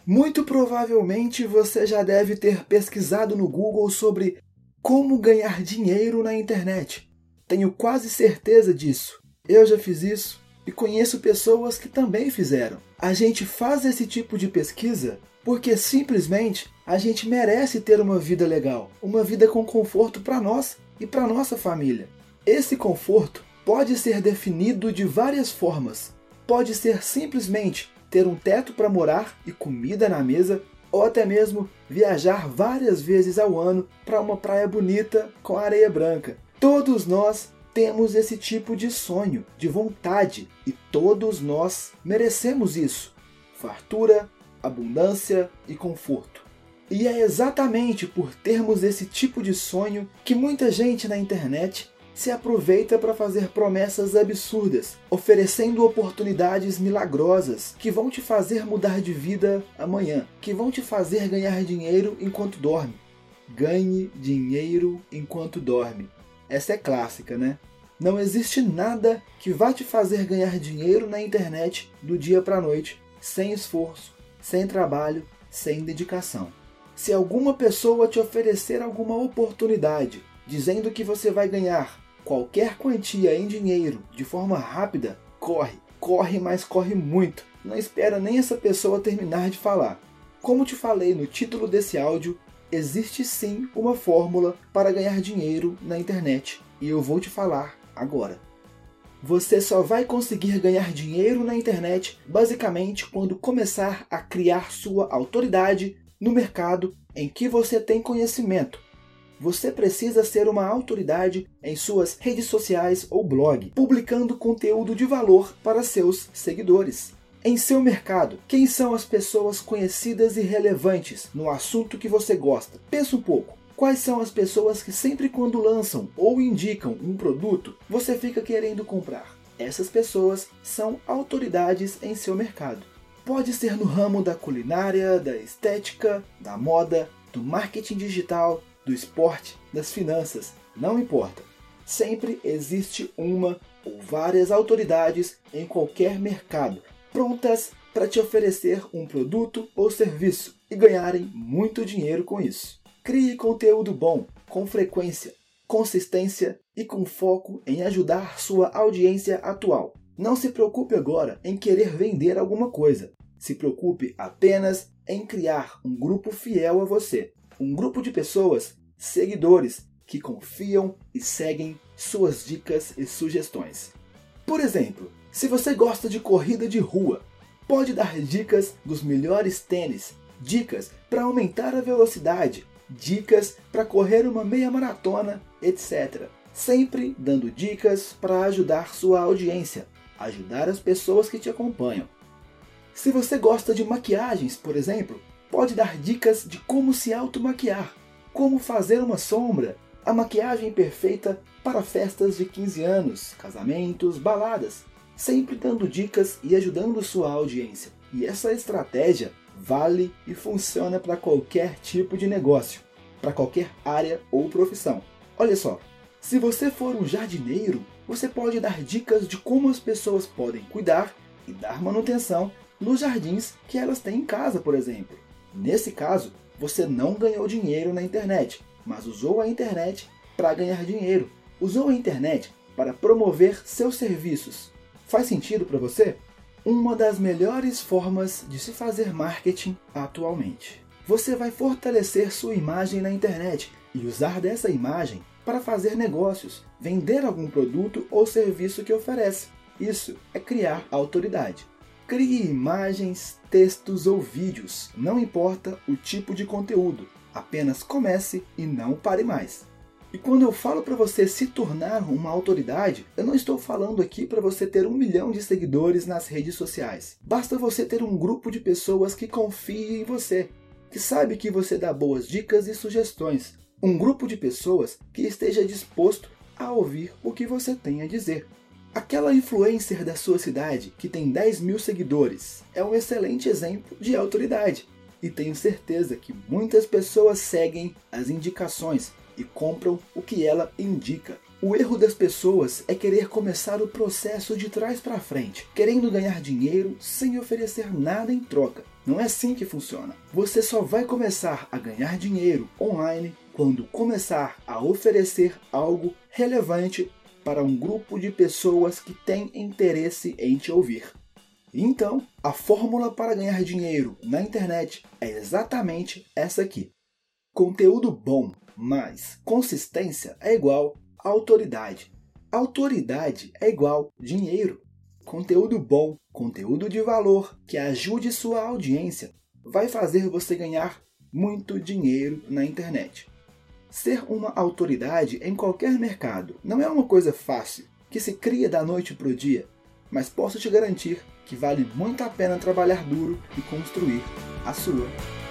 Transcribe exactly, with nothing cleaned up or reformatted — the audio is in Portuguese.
Muito provavelmente você já deve ter pesquisado no Google sobre como ganhar dinheiro na internet. Tenho quase certeza disso. Eu já fiz isso e conheço pessoas que também fizeram. A gente faz esse tipo de pesquisa porque simplesmente a gente merece ter uma vida legal, uma vida com conforto para nós e para nossa família. Esse conforto pode ser definido de várias formas. Pode ser simplesmente ter um teto para morar e comida na mesa, ou até mesmo viajar várias vezes ao ano para uma praia bonita com areia branca. Todos nós temos esse tipo de sonho, de vontade, e todos nós merecemos isso. Fartura, abundância e conforto. E é exatamente por termos esse tipo de sonho que muita gente na internet se aproveita para fazer promessas absurdas, oferecendo oportunidades milagrosas que vão te fazer mudar de vida amanhã, que vão te fazer ganhar dinheiro enquanto dorme. Ganhe dinheiro enquanto dorme. Essa é clássica, né? Não existe nada que vá te fazer ganhar dinheiro na internet do dia para a noite, sem esforço, sem trabalho, sem dedicação. Se alguma pessoa te oferecer alguma oportunidade, dizendo que você vai ganhar qualquer quantia em dinheiro de forma rápida, corre, corre, mas corre muito. Não espera nem essa pessoa terminar de falar. Como te falei no título desse áudio, existe sim uma fórmula para ganhar dinheiro na internet. E eu vou te falar agora. Você só vai conseguir ganhar dinheiro na internet basicamente quando começar a criar sua autoridade no mercado em que você tem conhecimento. Você precisa ser uma autoridade em suas redes sociais ou blog, publicando conteúdo de valor para seus seguidores. Em seu mercado, quem são as pessoas conhecidas e relevantes no assunto que você gosta? Pensa um pouco. Quais são as pessoas que sempre quando lançam ou indicam um produto, você fica querendo comprar? Essas pessoas são autoridades em seu mercado. Pode ser no ramo da culinária, da estética, da moda, do marketing digital, do esporte, das finanças, não importa. Sempre existe uma ou várias autoridades em qualquer mercado, prontas para te oferecer um produto ou serviço e ganharem muito dinheiro com isso. Crie conteúdo bom, com frequência, consistência e com foco em ajudar sua audiência atual. Não se preocupe agora em querer vender alguma coisa. Se preocupe apenas em criar um grupo fiel a você. Um grupo de pessoas, seguidores, que confiam e seguem suas dicas e sugestões. Por exemplo, se você gosta de corrida de rua, pode dar dicas dos melhores tênis, dicas para aumentar a velocidade, dicas para correr uma meia maratona, etcétera. Sempre dando dicas para ajudar sua audiência, ajudar as pessoas que te acompanham. Se você gosta de maquiagens, por exemplo, pode dar dicas de como se automaquiar, como fazer uma sombra, a maquiagem perfeita para festas de quinze anos, casamentos, baladas, sempre dando dicas e ajudando sua audiência. E essa estratégia vale e funciona para qualquer tipo de negócio, para qualquer área ou profissão. Olha só, se você for um jardineiro, você pode dar dicas de como as pessoas podem cuidar e dar manutenção nos jardins que elas têm em casa, por exemplo. Nesse caso, você não ganhou dinheiro na internet, mas usou a internet para ganhar dinheiro. Usou a internet para promover seus serviços. Faz sentido para você? Uma das melhores formas de se fazer marketing atualmente. Você vai fortalecer sua imagem na internet e usar dessa imagem para fazer negócios, vender algum produto ou serviço que oferece. Isso é criar autoridade. Crie imagens, textos ou vídeos, não importa o tipo de conteúdo, apenas comece e não pare mais. E quando eu falo para você se tornar uma autoridade, eu não estou falando aqui para você ter um milhão de seguidores nas redes sociais. Basta você ter um grupo de pessoas que confiem em você, que sabe que você dá boas dicas e sugestões. Um grupo de pessoas que esteja disposto a ouvir o que você tem a dizer. Aquela influencer da sua cidade que tem dez mil seguidores é um excelente exemplo de autoridade. E tenho certeza que muitas pessoas seguem as indicações e compram o que ela indica. O erro das pessoas é querer começar o processo de trás para frente, querendo ganhar dinheiro sem oferecer nada em troca. Não é assim que funciona. Você só vai começar a ganhar dinheiro online quando começar a oferecer algo relevante para um grupo de pessoas que tem interesse em te ouvir. Então, a fórmula para ganhar dinheiro na internet é exatamente essa aqui. Conteúdo bom mais consistência é igual a autoridade. Autoridade é igual dinheiro. Conteúdo bom, conteúdo de valor que ajude sua audiência vai fazer você ganhar muito dinheiro na internet. Ser uma autoridade em qualquer mercado não é uma coisa fácil, que se cria da noite para o dia, mas posso te garantir que vale muito a pena trabalhar duro e construir a sua